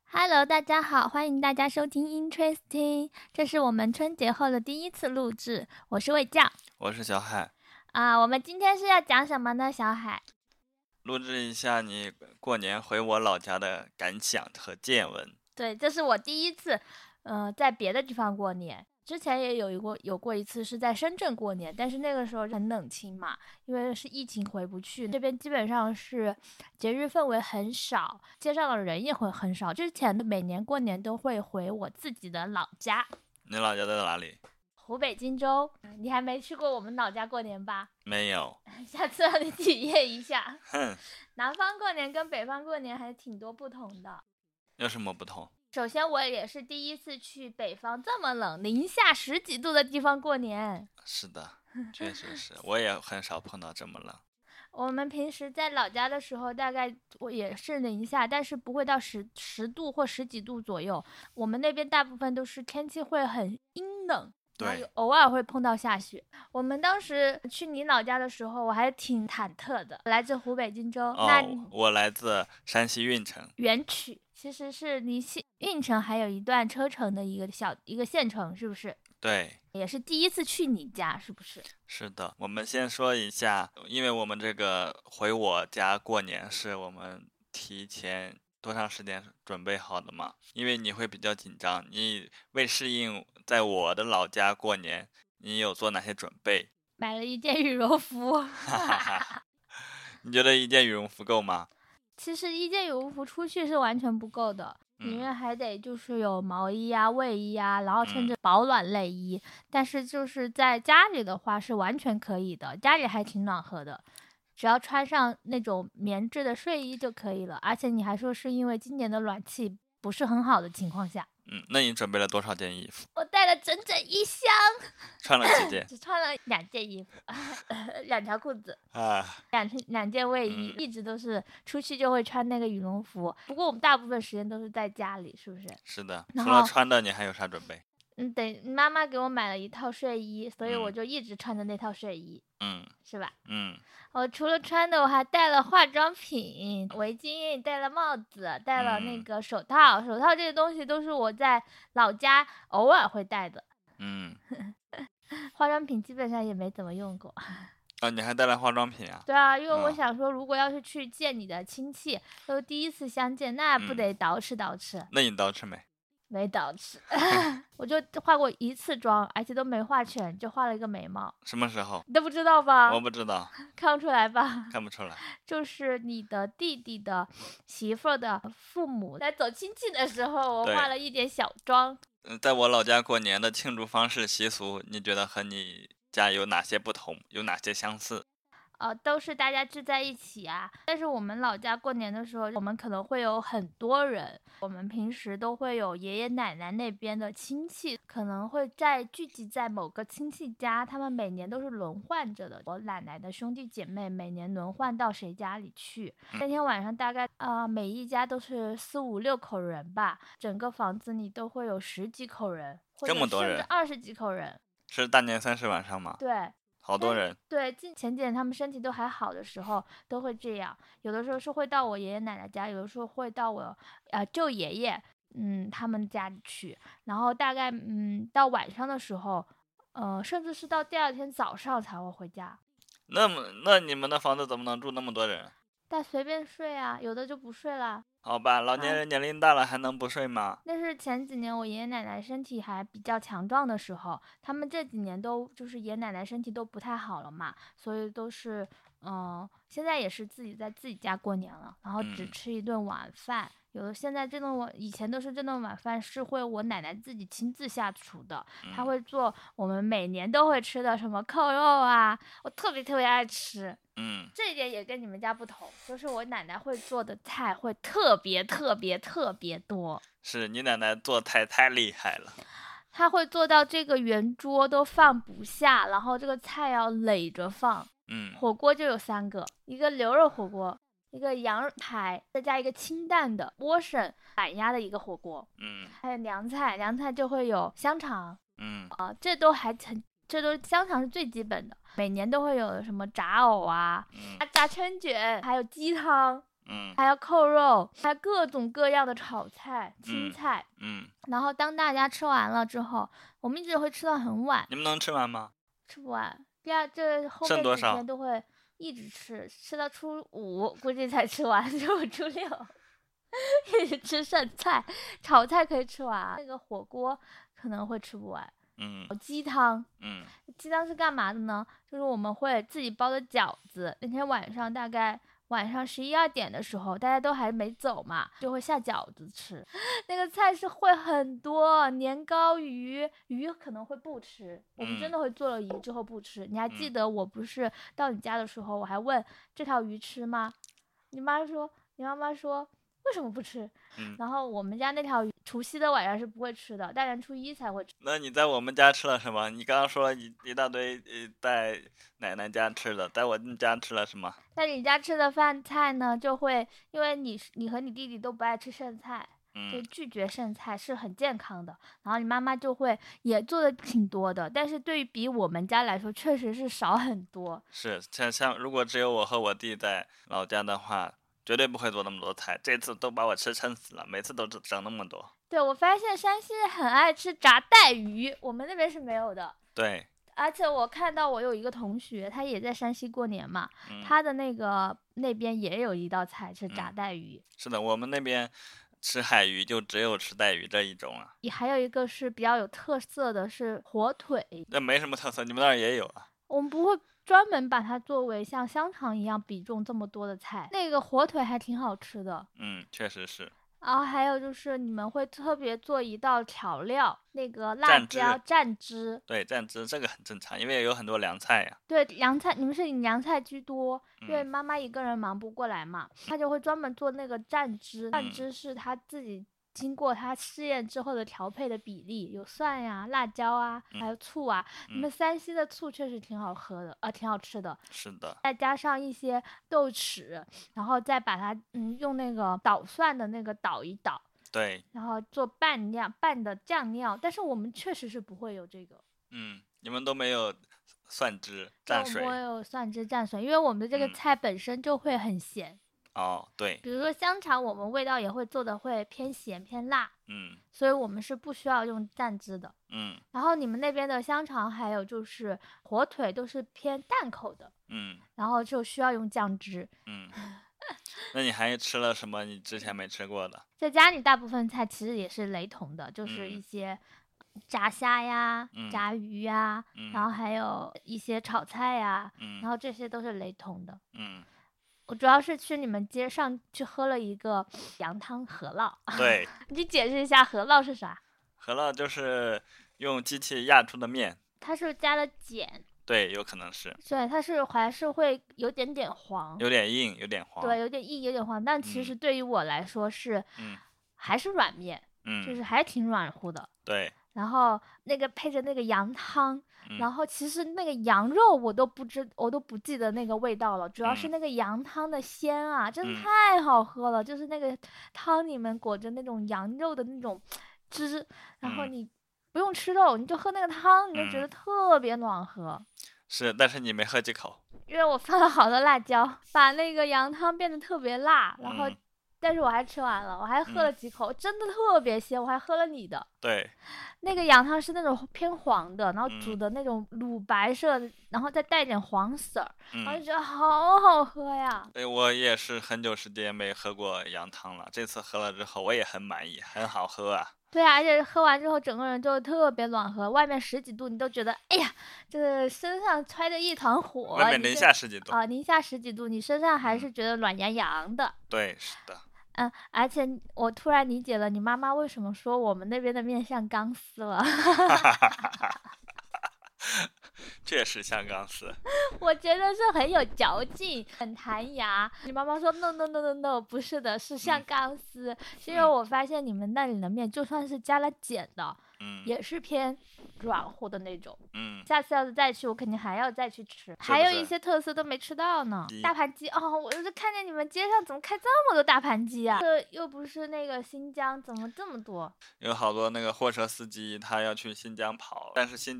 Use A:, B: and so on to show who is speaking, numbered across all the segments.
A: Hello，大家好，欢迎大家收听 Interesting， 这是我们春节后的第一次录制，我是魏酱，
B: 我是小海。
A: 我们今天是要讲什么呢？小海，
B: 录制一下你过年回我老家的感想和见闻。
A: 对，这是我第一次，在别的地方过年。之前也有过一次是在深圳过年，但是那个时候很冷清嘛，因为是疫情回不去，这边基本上是节日氛围很少，街上的人也会很少。之前每年过年都会回我自己的老家。
B: 你老家在哪里？
A: 湖北荆州。你还没去过我们老家过年吧？
B: 没有。
A: 下次让你体验一下。
B: 哼，
A: 南方过年跟北方过年还挺多不同的。
B: 有什么不同？
A: 首先我也是第一次去北方这么冷，零下10几度的地方过年。
B: 是的，确实是，我也很少碰到这么冷。
A: 我们平时在老家的时候，大概我也是零下，但是不会到十度或10几度左右。我们那边大部分都是天气会很阴冷，然后偶尔会碰到下雪。我们当时去你老家的时候，我还挺忐忑的。来自湖北荆州，
B: 我来自山西运城。
A: 垣曲其实是离运城还有一段车程的一个县城，是不是？
B: 对，
A: 也是第一次去你家，是不是？
B: 是的。我们先说一下，因为我们这个回我家过年是我们提前多长时间准备好的嘛？因为你会比较紧张，你为适应在我的老家过年，你有做哪些准备？
A: 买了一件羽绒服。
B: 你觉得一件羽绒服够吗？
A: 其实一件羽绒服出去是完全不够的，里面还得就是有毛衣啊、卫衣啊，然后甚至保暖类衣。但是就是在家里的话是完全可以的，家里还挺暖和的，只要穿上那种棉质的睡衣就可以了。而且你还说是因为今年的暖气不是很好的情况下。
B: 那你准备了多少件衣服？
A: 我带了整整1箱。
B: 穿了几件？
A: 只穿了2件衣服，2条裤子
B: 啊
A: ，2件卫衣，一直都是出去就会穿那个羽绒服。不过我们大部分时间都是在家里，是不是？
B: 是的。除了穿的，你还有啥准备？
A: 对，妈妈给我买了一套睡衣，所以我就一直穿着那套睡衣。是吧？我除了穿的，我还带了化妆品、围巾，带了帽子，带了那个手套。手套这些东西都是我在老家偶尔会带的。化妆品基本上也没怎么用过。
B: 你还带了化妆品啊？
A: 对啊，因为我想说，如果要是去见你的亲戚，都第一次相见，那不得捯饬捯饬。
B: 那你捯饬没？
A: 没捯饬。我就化过1次妆，而且都没化全，就画了一个眉毛。
B: 什么时候？
A: 你都不知道吧？
B: 我不知道。
A: 看不出来吧？
B: 看不出来。
A: 就是你的弟弟的媳妇的父母在走亲戚的时候，我化了一点小妆。
B: 在我老家过年的庆祝方式习俗，你觉得和你家有哪些不同，有哪些相似？
A: 都是大家聚在一起啊。但是我们老家过年的时候，我们可能会有很多人。我们平时都会有爷爷奶奶那边的亲戚，可能会聚集在某个亲戚家，他们每年都是轮换着的。我奶奶的兄弟姐妹每年轮换到谁家里去。那天晚上大概每一家都是4、5、6口人吧，整个房子里都会有10几口人，
B: 这么多人，
A: 甚至20几口人。
B: 是大年30晚上吗？
A: 对。
B: 好多人。
A: 对，前几年他们身体都还好的时候都会这样，有的时候是会到我爷爷奶奶家，有的时候会到我舅爷爷他们家里去，然后大概到晚上的时候甚至是到第2天早上才会回家。
B: 那你们的房子怎么能住那么多人？
A: 但随便睡啊，有的就不睡了。
B: 好吧，老年人年龄大了还能不睡吗？
A: 那是前几年我爷爷奶奶身体还比较强壮的时候，他们这几年都就是爷爷奶奶身体都不太好了嘛，所以都是现在也是自己在自己家过年了，然后只吃一顿晚饭。有的现在以前都是这顿晚饭是会我奶奶自己亲自下厨的，她会做我们每年都会吃的什么扣肉啊，我特别特别爱吃。这一点也跟你们家不同，就是我奶奶会做的菜会特别特别特别多。
B: 是你奶奶做菜太厉害了，
A: 她会做到这个圆桌都放不下，然后这个菜要垒着放。火锅就有3个，一个牛肉火锅，一个羊排，再加一个清淡的莴笋板鸭的一个火锅。还有凉菜就会有香肠。这都香肠是最基本的，每年都会有什么炸藕啊、炸春卷，还有鸡汤。 还有扣肉，还有各种各样的炒菜、青菜。然后当大家吃完了之后，我们一直会吃到很晚。
B: 你们能吃完吗？
A: 吃不完，这后面几天都会一直吃，吃到初5估计才吃完，就初6一直吃剩菜，炒菜可以吃完，那个火锅可能会吃不完。鸡汤，鸡汤是干嘛的呢？就是我们会自己包的饺子，那天晚上大概晚上11、12点的时候，大家都还没走嘛，就会下饺子吃。那个菜是会很多，年糕、鱼可能会不吃，我们真的会做了鱼之后不吃。你还记得我不是到你家的时候，我还问这条鱼吃吗？你妈妈说为什么不吃？然后我们家那条鱼除夕的晚上是不会吃的，大年初一才会吃。
B: 那你在我们家吃了什么？你刚刚说一大堆在奶奶家吃的，在我们家吃了什么？
A: 在你家吃的饭菜呢，就会因为你和你弟弟都不爱吃剩菜，就拒绝剩菜是很健康的。然后你妈妈就会也做的挺多的，但是对于比我们家来说，确实是少很多。
B: 是像如果只有我和我弟在老家的话，绝对不会做那么多菜，这次都把我吃撑死了，每次都整那么多。
A: 对，我发现山西人很爱吃炸带鱼，我们那边是没有的。
B: 对，
A: 而且我看到我有一个同学，他也在山西过年嘛，他的那边也有一道菜是炸带鱼。
B: 是的，我们那边吃海鱼就只有吃带鱼这一种啊。
A: 也还有一个是比较有特色的是火腿，
B: 那没什么特色，你们那儿也有啊？
A: 我们不会专门把它作为像香肠一样比重这么多的菜。那个火腿还挺好吃的。
B: 确实是。
A: 然后还有就是你们会特别做一道调料，那个辣椒蘸汁。
B: 对，蘸汁这个很正常，因为有很多凉菜呀。
A: 对，凉菜，你们是以凉菜居多，因为妈妈一个人忙不过来嘛，她就会专门做那个蘸汁。蘸汁是她自己经过她试验之后的调配的比例，有蒜呀、辣椒啊，还有醋啊。你们山西的醋确实挺好喝的，挺好吃的。
B: 是的。
A: 再加上一些豆豉，然后再把它用那个捣蒜的那个捣一捣。
B: 对。
A: 然后做拌的酱料，但是我们确实是不会有这个。
B: 你们都没有蒜汁蘸水。
A: 我有蒜汁蘸水，因为我们的这个菜本身就会很咸。
B: 对。
A: 比如说香肠，我们味道也会做的会偏咸偏辣。所以我们是不需要用蘸汁的。然后你们那边的香肠还有就是火腿都是偏淡口的。然后就需要用酱汁。
B: 那你还吃了什么你之前没吃过的？
A: 在家里大部分菜其实也是雷同的，就是一些炸虾呀、炸鱼呀，然后还有一些炒菜呀，然后这些都是雷同的。我主要是去你们街上去喝了一个羊汤饸烙。
B: 对。
A: 你解释一下饸烙是啥？
B: 饸烙就是用机器压出的面。
A: 它是加了碱。
B: 对，有可能是。
A: 对，它还是会有点黄，
B: 有点硬，有点黄。
A: 对，有点硬，有点黄。但其实对于我来说是，还是软面，就是还挺软乎的。
B: 对。
A: 然后那个配着那个羊汤，然后其实那个羊肉我都不记得那个味道了，主要是那个羊汤的鲜啊，真的太好喝了。就是那个汤里面裹着那种羊肉的那种汁，然后你不用吃肉，你就喝那个汤，你就觉得特别暖和。
B: 是，但是你没喝几口。
A: 因为我放了好多辣椒，把那个羊汤变得特别辣，然后但是我还吃完了，我还喝了几口，真的特别鲜，我还喝了你的。
B: 对。
A: 那个羊汤是那种偏黄的，然后煮的那种乳白色，然后再带点黄色儿，然后就觉得好好喝呀。
B: 对，我也是很久时间没喝过羊汤了，这次喝了之后我也很满意，很好喝啊。
A: 对啊，而且喝完之后整个人就特别暖和，外面10几度你都觉得哎呀，这身上揣着一团火。
B: 外面零下10几度
A: 啊，零下10几度，你身上还是觉得暖洋洋的。
B: 对，是的。
A: 而且我突然理解了你妈妈为什么说我们那边的面像钢丝了。
B: 确实像钢丝。
A: 我觉得是很有嚼劲，很弹牙。你妈妈说 no， 不是的，是像钢丝。是因为我发现你们那里的面就算是加了碱的，也是偏软乎的那种。下次要是再去，我肯定还要再去吃。还有一些特色都没吃到呢。大盘鸡我就是看见你们街上怎么开这么多大盘鸡啊？这又不是那个新疆，怎么这么多？
B: 有好多那个货车司机他要去新疆跑，但是新疆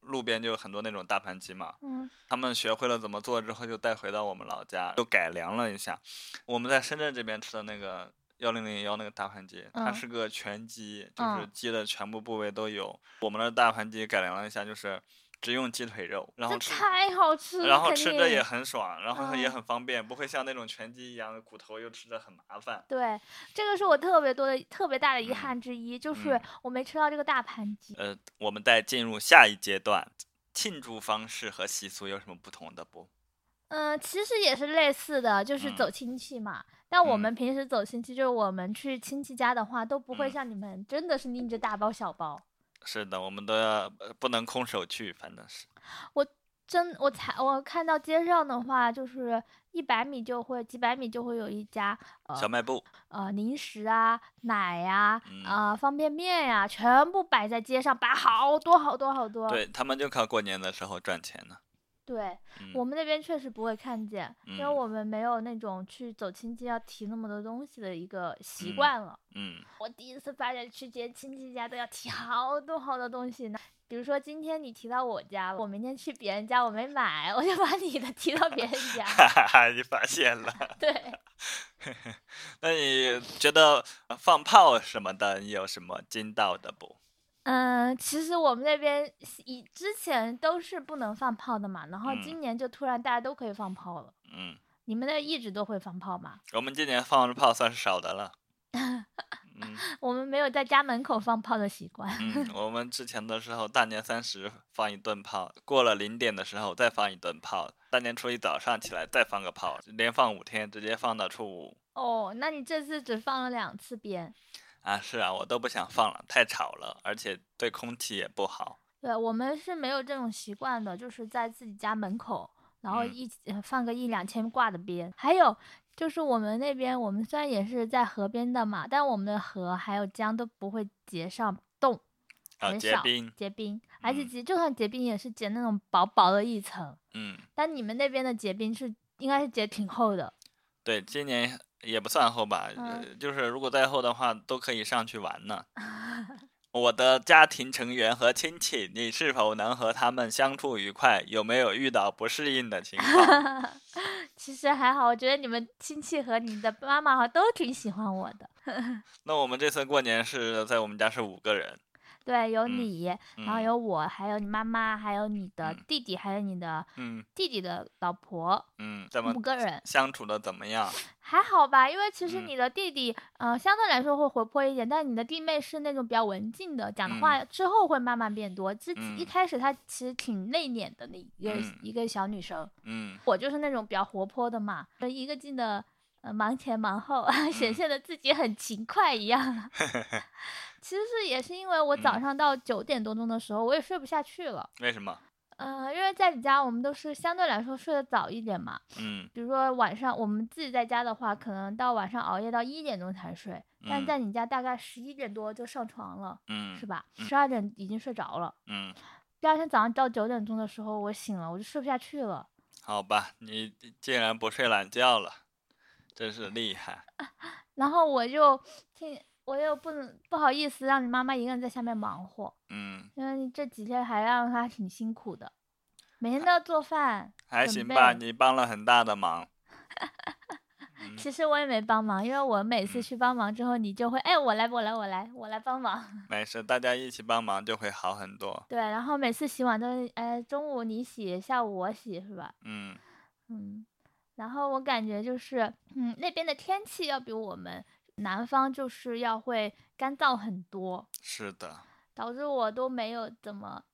B: 路边就有很多那种大盘鸡嘛，
A: 嗯
B: 他们学会了怎么做之后，就带回到我们老家，又改良了一下。我们在深圳这边吃的那个1001那个大盘鸡，它
A: 嗯
B: 是个全鸡，就是
A: 嗯，
B: 鸡的全部部位都有。我们的大盘鸡改良了一下，就是只用鸡腿肉，然
A: 这
B: 后吃。
A: 太好吃了，
B: 然后
A: 肯
B: 吃着也
A: 定。
B: 很爽，然后也
A: 嗯，
B: 很方便，不会像那种全鸡一样的骨头又吃着很麻烦。
A: 对，这个是我特别大的遗
B: 嗯
A: 憾之一，就是
B: 嗯，
A: 我没吃到这个大盘鸡。
B: 我们再进入下一阶段，庆祝方式和习俗有什么不同的不？
A: 其实也是类似的，就是
B: 嗯
A: 走亲戚嘛。但我
B: 嗯
A: 们平时走亲戚，就是我们去亲戚家的话，都不会
B: 嗯，
A: 像你们真的是拎着大包小包。
B: 是的，我们都要不能空手去，反正是
A: 我我看到街上的话，就是100米几百米就会有一家
B: 小卖部。
A: 零食啊、奶呀、
B: 嗯，
A: 方便面呀、全部摆在街上，摆好多好多好多。
B: 对他们就靠过年的时候赚钱呢。
A: 对，
B: 嗯
A: 我们那边确实不会看见，因为
B: 嗯
A: 我们没有那种去走亲戚要提那么多东西的一个习
B: 嗯
A: 惯了。
B: 嗯，
A: 我第一次发现去见亲戚家都要提好多好多东西呢。比如说今天你提到我家了，我明天去别人家我没买，我就把你的提到别人家。
B: 哈哈哈，你发现了。
A: 对，
B: 那你觉得放炮什么的，你有什么惊到的不？
A: 其实我们那边之前都是不能放炮的嘛，然后
B: 嗯
A: 今年就突然大家都可以放炮了。
B: 嗯，
A: 你们那一直都会放炮吗？
B: 我们今年放的炮算是少的了。嗯
A: 我们没有在家门口放炮的习惯。
B: 我们之前的时候，大年30放一顿炮，过了0点的时候再放一顿炮，大年初一早上起来再放个炮，连放5天，直接放到初五。
A: 哦，那你这次只放了2次鞭。
B: 啊，是啊，我都不想放了，太吵了，而且对空气也不好。
A: 对，我们是没有这种习惯的，就是在自己家门口，然后放个1、2千挂的鞭。还有就是我们那边，我们虽然也是在河边的嘛，但我们的河还有江都不会结上冻，很少
B: 结冰。
A: 结冰，而且
B: 嗯
A: 就算结冰也是结那种薄薄的一层。
B: 嗯，
A: 但你们那边的结冰应该是结挺厚的。
B: 对，今年也不算厚吧，就是如果再厚的话，都可以上去玩呢。我的家庭成员和亲戚，你是否能和他们相处愉快？有没有遇到不适应的情况？
A: 其实还好，我觉得你们亲戚和你的妈妈好都挺喜欢我的。
B: 那我们这次过年是在我们家是5个人。
A: 对，有
B: 嗯
A: 你，然后
B: 嗯
A: 有我，还有你妈妈，还有你的
B: 嗯
A: 弟弟，还有你的
B: 嗯
A: 弟弟的老婆，
B: 怎么
A: 5个人。
B: 相处的怎么样？
A: 还好吧，因为其实
B: 嗯
A: 你的弟弟，相对来说会活泼一点，但你的弟妹是那种比较文静的，讲的话之后会慢慢变多。一开始她其实挺内敛的一个小女生，
B: 嗯
A: 我就是那种比较活泼的嘛，一个劲的忙前忙后，显现的自己很勤快一样。其实也是因为我早上到9点多钟的时候，我也睡不下去了。
B: 为什么？
A: 因为在你家我们都是相对来说睡得早一点嘛。
B: 嗯
A: 比如说晚上我们自己在家的话，可能到晚上熬夜到1点钟才睡，但在你家大概11点多就上床了，是吧？12点已经睡着了。第二天早上到9点钟的时候，我醒了，我就睡不下去了。
B: 好吧，你竟然不睡懒觉了，真是厉害。
A: 然后我又不好意思让你妈妈一个人在下面忙活，因为你这几天还让她挺辛苦的，每天都要做饭。
B: 还行吧，你帮了很大的忙。
A: 其实我也没帮忙，因为我每次去帮忙之后，你就会我来帮忙。
B: 没事，大家一起帮忙就会好很多。
A: 对，然后每次洗碗都中午你洗，下午我洗，是吧？然后我感觉就是那边的天气要比我们南方就是会干燥很多。
B: 是的，
A: 导致我都没有怎么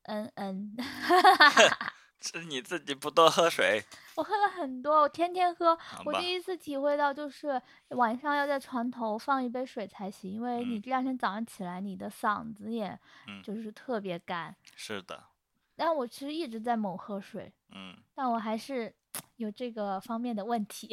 B: 是你自己不多喝水。
A: 我喝了很多，我天天喝。
B: 好吧
A: 我第一次体会到就是晚上要在床头放一杯水才行，因为你第二天早上起来，你的嗓子也就是特别干。
B: 是的。
A: 但我其实一直在猛喝水，但我还是有这个方面的问题。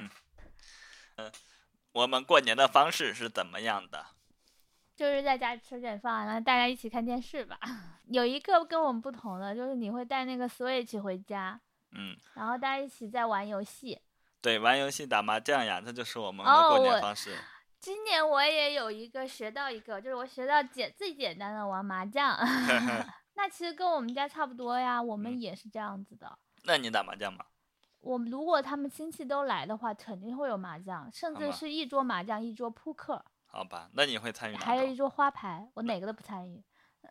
B: 我们过年的方式是怎么样的？
A: 就是在家吃点饭，然后大家一起看电视吧。有一个跟我们不同的，就是你会带那个 Switch 回家，然后大家一起在玩游戏。
B: 对，玩游戏打麻将呀，这就是我们的过年方式。
A: 今年我也有学到一个，就是我学到最简单的玩麻将。 那其实跟我们家差不多呀，我们也是这样子的。
B: 那你打麻将吗？
A: 我们如果他们亲戚都来的话，肯定会有麻将，甚至是一桌麻将，一桌扑克。
B: 好吧，那你会参与哪种？
A: 还有一桌花牌，我哪个都不参与。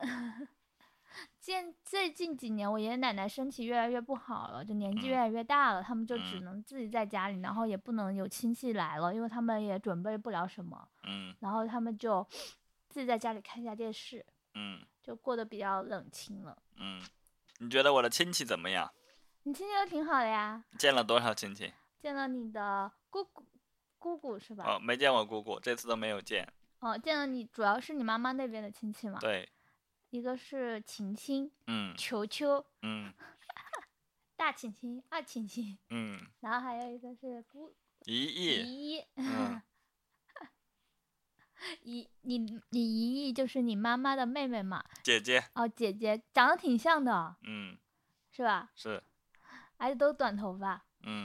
A: 最近几年，我爷爷奶奶身体越来越不好了，就年纪越来越大了，他们就只能自己在家里，然后也不能有亲戚来了，因为他们也准备不了什么。然后他们就自己在家里看一下电视。就过得比较冷清了。
B: 你觉得我的亲戚怎么样？
A: 你亲戚都挺好的呀。
B: 见了多少亲戚？
A: 见了你的姑姑是吧？
B: 没见我姑姑，这次都没有见。
A: 见了你，主要是你妈妈那边的亲戚嘛。
B: 对。
A: 一个是晴晴，球球，大晴晴，二晴晴，然后还有一个是姨姨，你姨姨就是你妈妈的妹妹嘛？
B: 姐姐。
A: 姐姐长得挺像的。是吧？
B: 是。
A: 而且都短头发。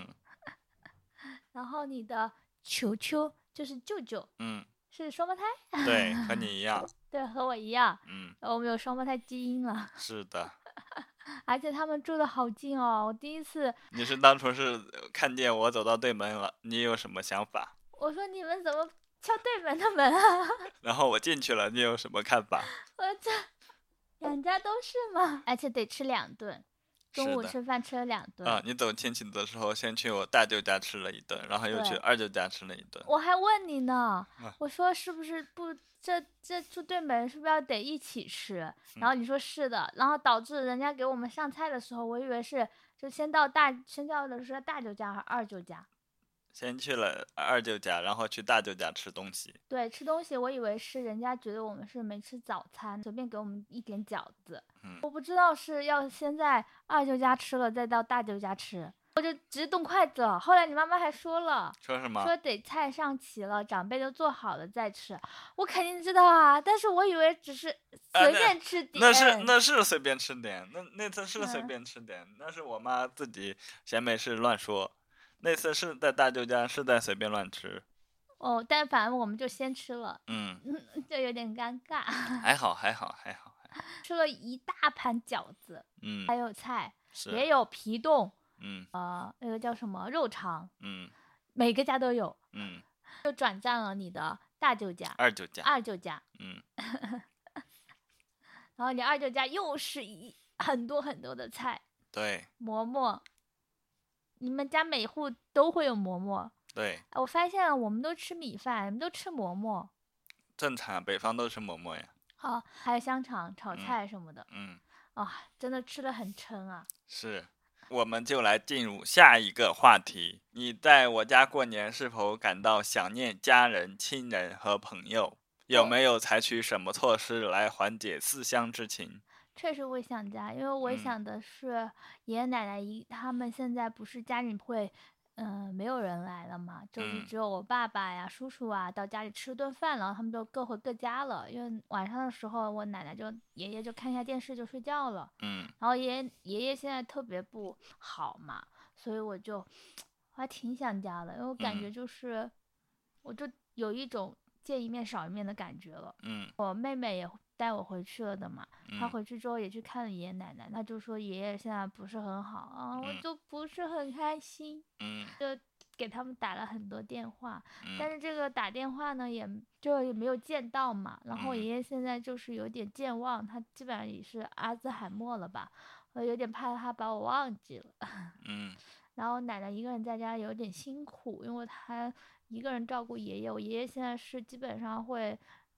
A: 然后你的球球就是舅舅。是双胞胎。
B: 对，和你一样。
A: 对，和我一样。我们有双胞胎基因了。
B: 是的。
A: 而且他们住的好近哦，我第一次。
B: 你是当初是看见我走到对门了，你有什么想法？
A: 我说你们怎么敲对门的门啊？
B: 然后我进去了，你有什么看法？
A: 我这两家都是吗？而且得吃2顿。中午吃饭吃了2顿。
B: 你走亲戚的时候，先去我大舅家吃了1顿，然后又去二舅家吃了1顿。
A: 我还问你呢，我说是不是不这住对门是不是要得一起吃？然后你说是的，然后导致人家给我们上菜的时候，我以为是就先到的是大舅家还是二舅家？
B: 先去了二舅家，然后去大舅家吃东西。
A: 对，吃东西，我以为是人家觉得我们是没吃早餐，随便给我们一点饺子。我不知道是要先在二舅家吃了，再到大舅家吃，我就直接动筷子了。后来你妈妈还说了，
B: 说什么？
A: 说得菜上齐了，长辈都做好了再吃。我肯定知道啊，但是我以为只是随便吃点。
B: 那是随便吃点，那次是随便吃点，那是我妈自己嫌没事乱说。那次是在大舅家，是在随便乱吃。
A: 但反正我们就先吃了。就有点尴尬。
B: 还好。
A: 吃了一大盘饺子。还有菜，也有皮冻。那个叫什么肉肠。每个家都有。就转战了你的大舅家、
B: 二舅
A: 家。然后你二舅家又是很多很多的菜。
B: 对。
A: 馍馍。你们家每户都会有馍馍。
B: 对。
A: 我发现了，我们都吃米饭，你们都吃馍馍。
B: 正常，北方都吃馍馍呀。
A: 还有香肠、炒菜什么的。真的吃得很撑啊。
B: 是。我们就来进入下一个话题。你在我家过年是否感到想念家人、亲人和朋友？有没有采取什么措施来缓解思乡之情？
A: 确实会想家，因为我想的是爷爷奶奶他们现在不是家里会没有人来了嘛，就是只有我爸爸呀、叔叔啊到家里吃顿饭了，他们就各回各家了。因为晚上的时候我奶奶爷爷就看一下电视就睡觉了。然后爷爷现在特别不好嘛，所以我还挺想家的，因为我感觉就是我就有一种见一面少一面的感觉了。我妹妹也带我回去了的嘛，她回去之后也去看了爷爷奶奶，她就说爷爷现在不是很好啊，我就不是很开心。就给他们打了很多电话，但是这个打电话呢也没有见到嘛。然后爷爷现在就是有点健忘，他基本上也是阿兹海默了吧，我有点怕他把我忘记了。然后奶奶一个人在家有点辛苦，因为她一个人照顾爷爷。我爷爷现在是基本上会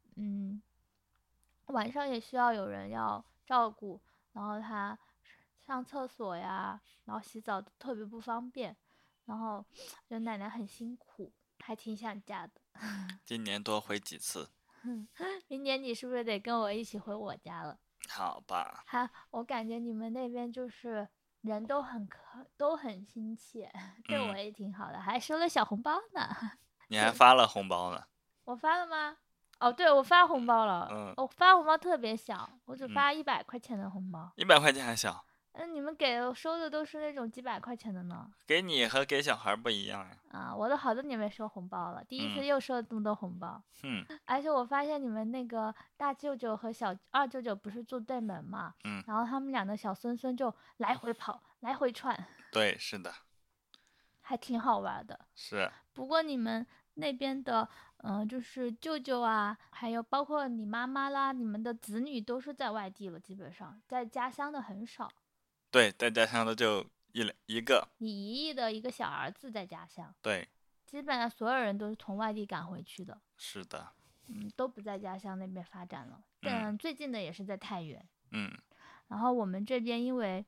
A: 晚上也需要有人要照顾，然后他上厕所呀，然后洗澡都特别不方便，然后就奶奶很辛苦，还挺想家的。
B: 今年多回几次。
A: 明年你是不是得跟我一起回我家了？
B: 好吧。
A: 我感觉你们那边就是人都很亲切，对我也挺好的，还收了小红包呢。
B: 你还发了红包呢？
A: 我发了吗？对，我发红包了。我发红包特别小，我只发100块钱的红包。
B: 100块钱还小？
A: 你们收的都是那种几百块钱的呢？
B: 给你和给小孩不一样呀。
A: 啊，我都好多年没收红包了，第一次又收了这么多红包。而且我发现你们那个大舅舅和小二舅舅不是住对门嘛，然后他们俩的小孙孙就来回跑，来回窜。
B: 对，是的，
A: 还挺好玩的。
B: 是。
A: 不过你们那边的，就是舅舅啊，还有包括你妈妈啦，你们的子女都是在外地了，基本上在家乡的很少。
B: 对，在家乡的就一个。
A: 你姨姨的一个小儿子在家乡。
B: 对。
A: 基本上所有人都是从外地赶回去的。
B: 是的。
A: 都不在家乡那边发展了。最近的也是在太原。然后我们这边因为，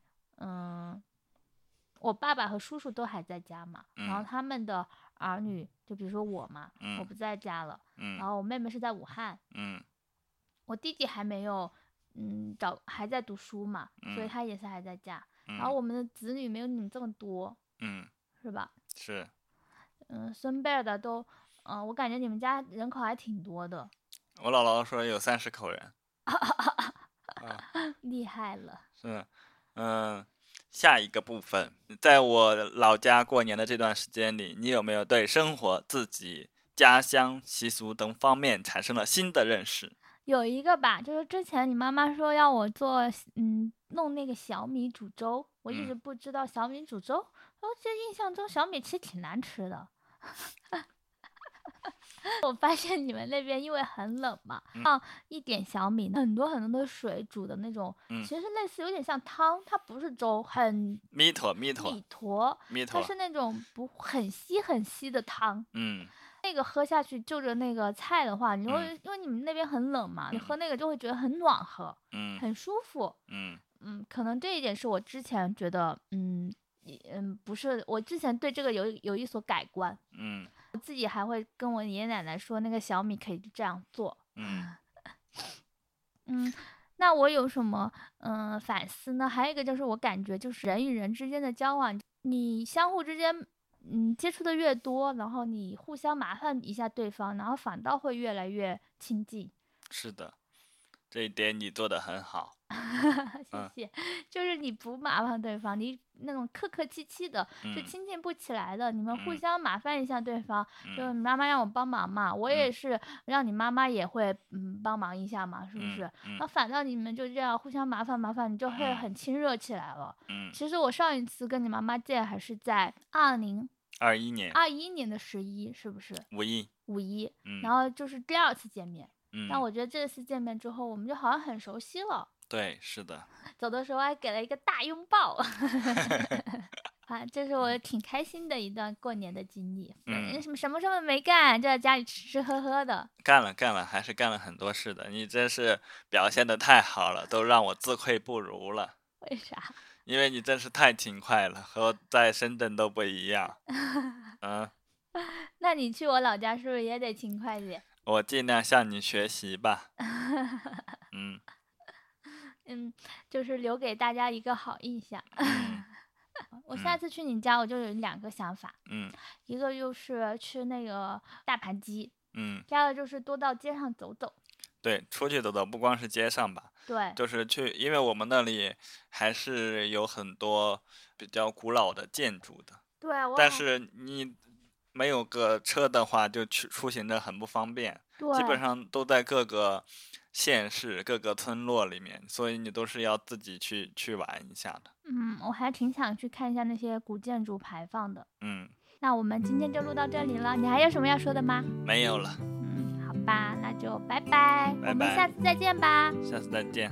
A: 我爸爸和叔叔都还在家嘛，然后他们的儿女，就比如说我嘛，我不在家了，然后我妹妹是在武汉，我弟弟还没有，还在读书嘛，所以他也是还在家。然后我们的子女没有你们这么多，是吧？
B: 是。
A: 孙辈的都，我感觉你们家人口还挺多的。
B: 我姥姥说有30口人。
A: 厉害了。
B: 是。下一个部分，在我老家过年的这段时间里，你有没有对生活、自己家乡习俗等方面产生了新的认识？
A: 有一个吧，就是之前你妈妈说要我做，弄那个小米煮粥，我一直不知道小米煮粥。我这印象中小米其实挺难吃的。我发现你们那边因为很冷嘛，放一点小米，很多很多的水煮的那种，其实类似有点像汤，它不是粥，很
B: 米坨，
A: 它是那种不很稀很稀的汤。那个喝下去就着那个菜的话，你会因为你们那边很冷嘛，你喝那个就会觉得很暖和，很舒服。可能这一点是我之前觉得，不是，我之前对这个有一所改观。我自己还会跟我爷爷奶奶说，那个小米可以这样做。那我有什么反思呢？还有一个就是我感觉就是人与人之间的交往，你相互之间接触的越多，然后你互相麻烦一下对方，然后反倒会越来越亲近。
B: 是的，这一点你做得很好。
A: 谢谢。就是你不麻烦对方，你那种客客气气的，是亲近不起来的。你们互相麻烦一下对方，就你妈妈让我帮忙嘛，我也是让你妈妈也会帮忙一下嘛，是不是？那反倒你们就这样互相麻烦，你就会很亲热起来了。其实我上一次跟你妈妈见还是在2021年的11，是不是？五一，然后就是第2次见面。但我觉得这次见面之后，我们就好像很熟悉了。
B: 对，是的。
A: 走的时候还给了一个大拥抱。这是我挺开心的一段过年的经历。什么没干，就在家里吃吃喝喝的。
B: 干了，还是干了很多事的。你真是表现得太好了，都让我自愧不如了。
A: 为啥？
B: 因为你真是太勤快了，和在深圳都不一样。
A: 那你去我老家是不是也得勤快点？
B: 我尽量向你学习吧。
A: 就是留给大家一个好印象。我下次去你家，我就有2个想法。一个就是吃那个大盘鸡。第二个就是多到街上走走。
B: 对，出去走走，不光是街上吧。
A: 对，
B: 就是去，因为我们那里还是有很多比较古老的建筑的。
A: 对，
B: 但是你没有个车的话，就出行的很不方便。基本上都在各个县市、各个村落里面，所以你都是要自己去玩一下的。
A: 我还挺想去看一下那些古建筑排放的。
B: 那
A: 我们今天就录到这里了，你还有什么要说的吗？
B: 没有了。
A: 好吧，那就拜拜，我们下次再见吧。
B: 下次再见。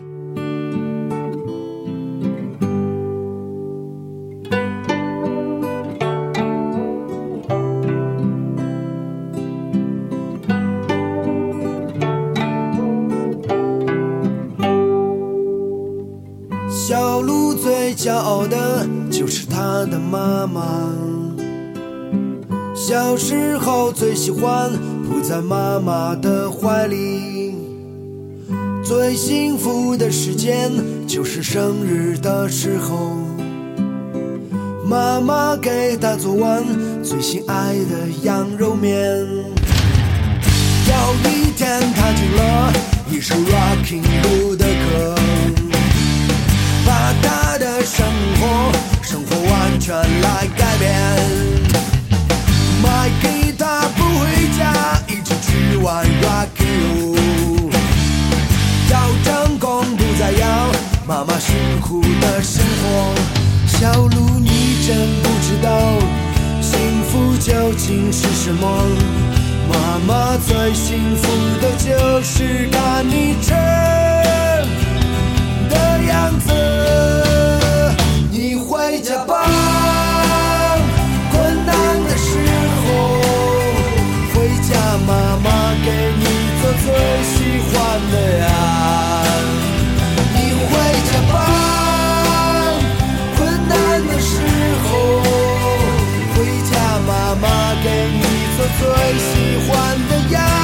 C: 小鹿最骄傲的就是它的妈妈，小时候最喜欢扑在妈妈的怀里，最幸福的时间就是生日的时候，妈妈给他做完最心爱的羊肉面。有一天他听了一首 Rocking Blue 的歌，把他的伤全来改变。买吉他不回家，一直去玩 rock and roll。要成功不再要妈妈辛苦的生活。小鹿，你真不知道幸福究竟是什么。妈妈最幸福的就是看你撑的样子。你回家吧，困难的时候，回家妈妈给你做最喜欢的呀。你回家吧，困难的时候，回家妈妈给你做最喜欢的呀。